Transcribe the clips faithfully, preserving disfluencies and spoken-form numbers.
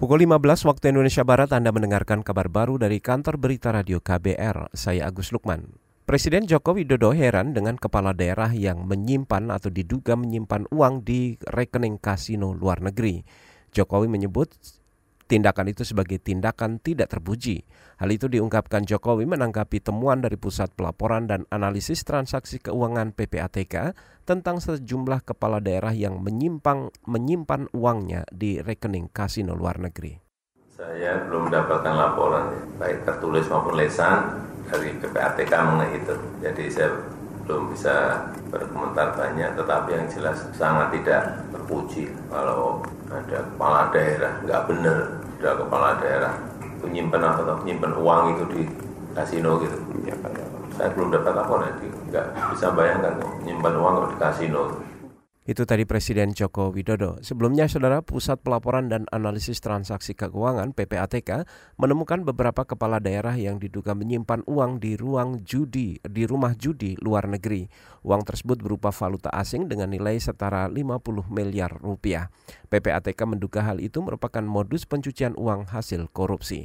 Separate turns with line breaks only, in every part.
Pukul lima belas waktu Indonesia Barat, Anda mendengarkan kabar baru dari kantor berita radio K B R. Saya Agus Lukman. Presiden Joko Widodo heran dengan kepala daerah yang menyimpan atau diduga menyimpan uang di rekening kasino luar negeri. Jokowi menyebut tindakan itu sebagai tindakan tidak terpuji. Hal itu diungkapkan Jokowi menanggapi temuan dari Pusat Pelaporan dan Analisis Transaksi Keuangan P P A T K tentang sejumlah kepala daerah yang menyimpang, menyimpan uangnya di rekening kasino luar negeri.
Saya belum mendapatkan laporan, baik tertulis maupun lisan dari P P A T K mengenai itu. Jadi saya belum bisa berkomentar banyak, tetapi yang jelas sangat tidak terpuji kalau ada kepala daerah, nggak benar ada kepala daerah itu nyimpen apa atau nyimpen uang itu di kasino gitu. Ya, saya belum dapat laporan, nggak bisa bayangkan kok nyimpen uang kok di kasino.
Itu tadi Presiden Joko Widodo. Sebelumnya, Saudara, Pusat Pelaporan dan Analisis Transaksi Keuangan P P A T K menemukan beberapa kepala daerah yang diduga menyimpan uang di ruang judi di rumah judi luar negeri. Uang tersebut berupa valuta asing dengan nilai setara lima puluh miliar rupiah. P P A T K menduga hal itu merupakan modus pencucian uang hasil korupsi.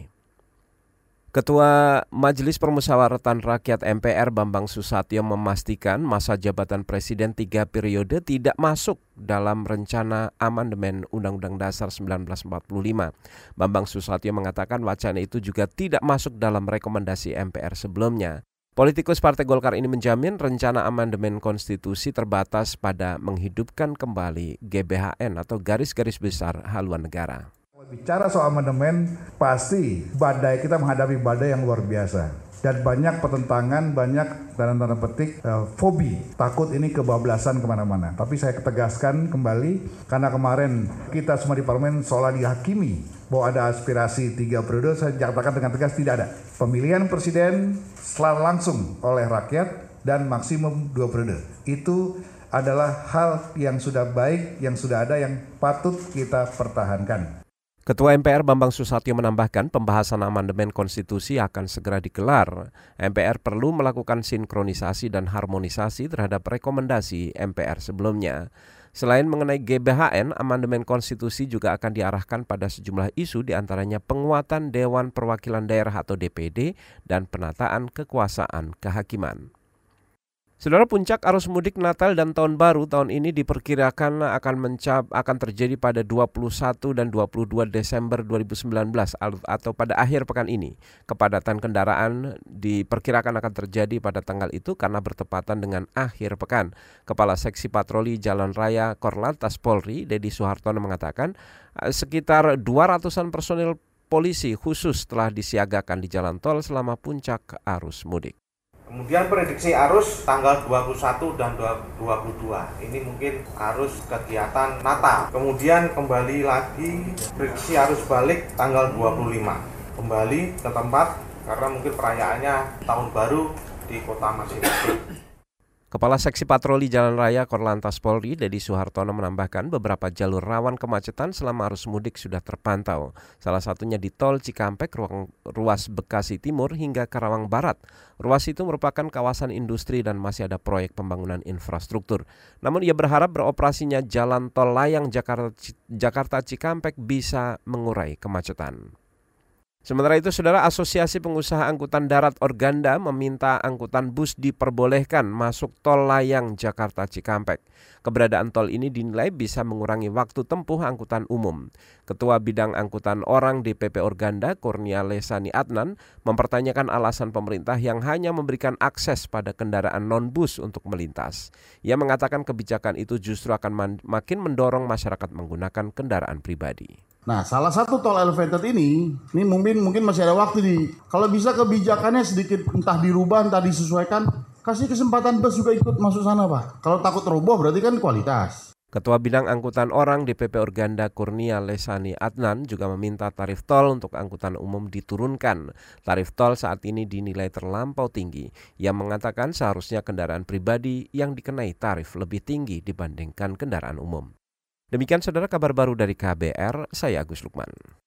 Ketua Majelis Permusyawaratan Rakyat M P R Bambang Susatyo memastikan masa jabatan Presiden tiga periode tidak masuk dalam rencana amandemen Undang-Undang Dasar seribu sembilan ratus empat puluh lima. Bambang Susatyo mengatakan wacana itu juga tidak masuk dalam rekomendasi M P R sebelumnya. Politikus Partai Golkar ini menjamin rencana amandemen konstitusi terbatas pada menghidupkan kembali G B H N atau garis-garis besar haluan negara.
Bicara soal amandemen, pasti badai kita menghadapi badai yang luar biasa. Dan banyak pertentangan, banyak tanda-tanda petik, uh, fobi, takut ini kebablasan kemana-mana. Tapi saya tegaskan kembali, karena kemarin kita semua di parlemen seolah dihakimi bahwa ada aspirasi tiga periode, saya nyatakan dengan tegas tidak ada. Pemilihan presiden selalu langsung oleh rakyat dan maksimum dua periode. Itu adalah hal yang sudah baik, yang sudah ada, yang patut kita pertahankan.
Ketua M P R Bambang Susatyo menambahkan pembahasan amandemen konstitusi akan segera digelar. M P R perlu melakukan sinkronisasi dan harmonisasi terhadap rekomendasi M P R sebelumnya. Selain mengenai G B H N, amandemen konstitusi juga akan diarahkan pada sejumlah isu, diantaranya penguatan Dewan Perwakilan Daerah atau D P D dan penataan kekuasaan kehakiman. Saudara, puncak arus mudik Natal dan Tahun Baru tahun ini diperkirakan akan mencap akan terjadi pada dua puluh satu dan dua puluh dua Desember dua ribu sembilan belas atau pada akhir pekan ini. Kepadatan kendaraan diperkirakan akan terjadi pada tanggal itu karena bertepatan dengan akhir pekan. Kepala Seksi Patroli Jalan Raya Korlantas Polri, Dedi Suhartono, mengatakan sekitar dua ratusan personil polisi khusus telah disiagakan di jalan tol selama puncak arus mudik.
Kemudian prediksi arus tanggal dua puluh satu dan dua puluh dua, ini mungkin arus kegiatan Natal. Kemudian kembali lagi prediksi arus balik tanggal dua puluh lima, kembali ke tempat karena mungkin perayaannya Tahun Baru di kota masing-masing.
Kepala Seksi Patroli Jalan Raya Korlantas Polri, Dedi Suhartono, menambahkan beberapa jalur rawan kemacetan selama arus mudik sudah terpantau. Salah satunya di Tol Cikampek, ruang, ruas Bekasi Timur hingga Karawang Barat. Ruas itu merupakan kawasan industri dan masih ada proyek pembangunan infrastruktur. Namun ia berharap beroperasinya jalan tol layang Jakarta, Jakarta Cikampek bisa mengurai kemacetan. Sementara itu, Saudara, Asosiasi Pengusaha Angkutan Darat Organda meminta angkutan bus diperbolehkan masuk tol layang Jakarta Cikampek. Keberadaan tol ini dinilai bisa mengurangi waktu tempuh angkutan umum. Ketua Bidang Angkutan Orang D P P Organda, Kurnia Lesani Adnan, mempertanyakan alasan pemerintah yang hanya memberikan akses pada kendaraan non-bus untuk melintas. Ia mengatakan kebijakan itu justru akan man- makin mendorong masyarakat menggunakan kendaraan pribadi.
Nah, salah satu tol elevated ini, ini mungkin mungkin masih ada waktu nih. Kalau bisa kebijakannya sedikit entah dirubah, entah disesuaikan, kasih kesempatan bus juga ikut masuk sana, Pak. Kalau takut roboh berarti kan kualitas.
Ketua Bidang Angkutan Orang D P P Organda Kurnia Lesani Adnan juga meminta tarif tol untuk angkutan umum diturunkan. Tarif tol saat ini dinilai terlampau tinggi. Ia mengatakan seharusnya kendaraan pribadi yang dikenai tarif lebih tinggi dibandingkan kendaraan umum. Demikian, Saudara, kabar baru dari K B R, saya Agus Lukman.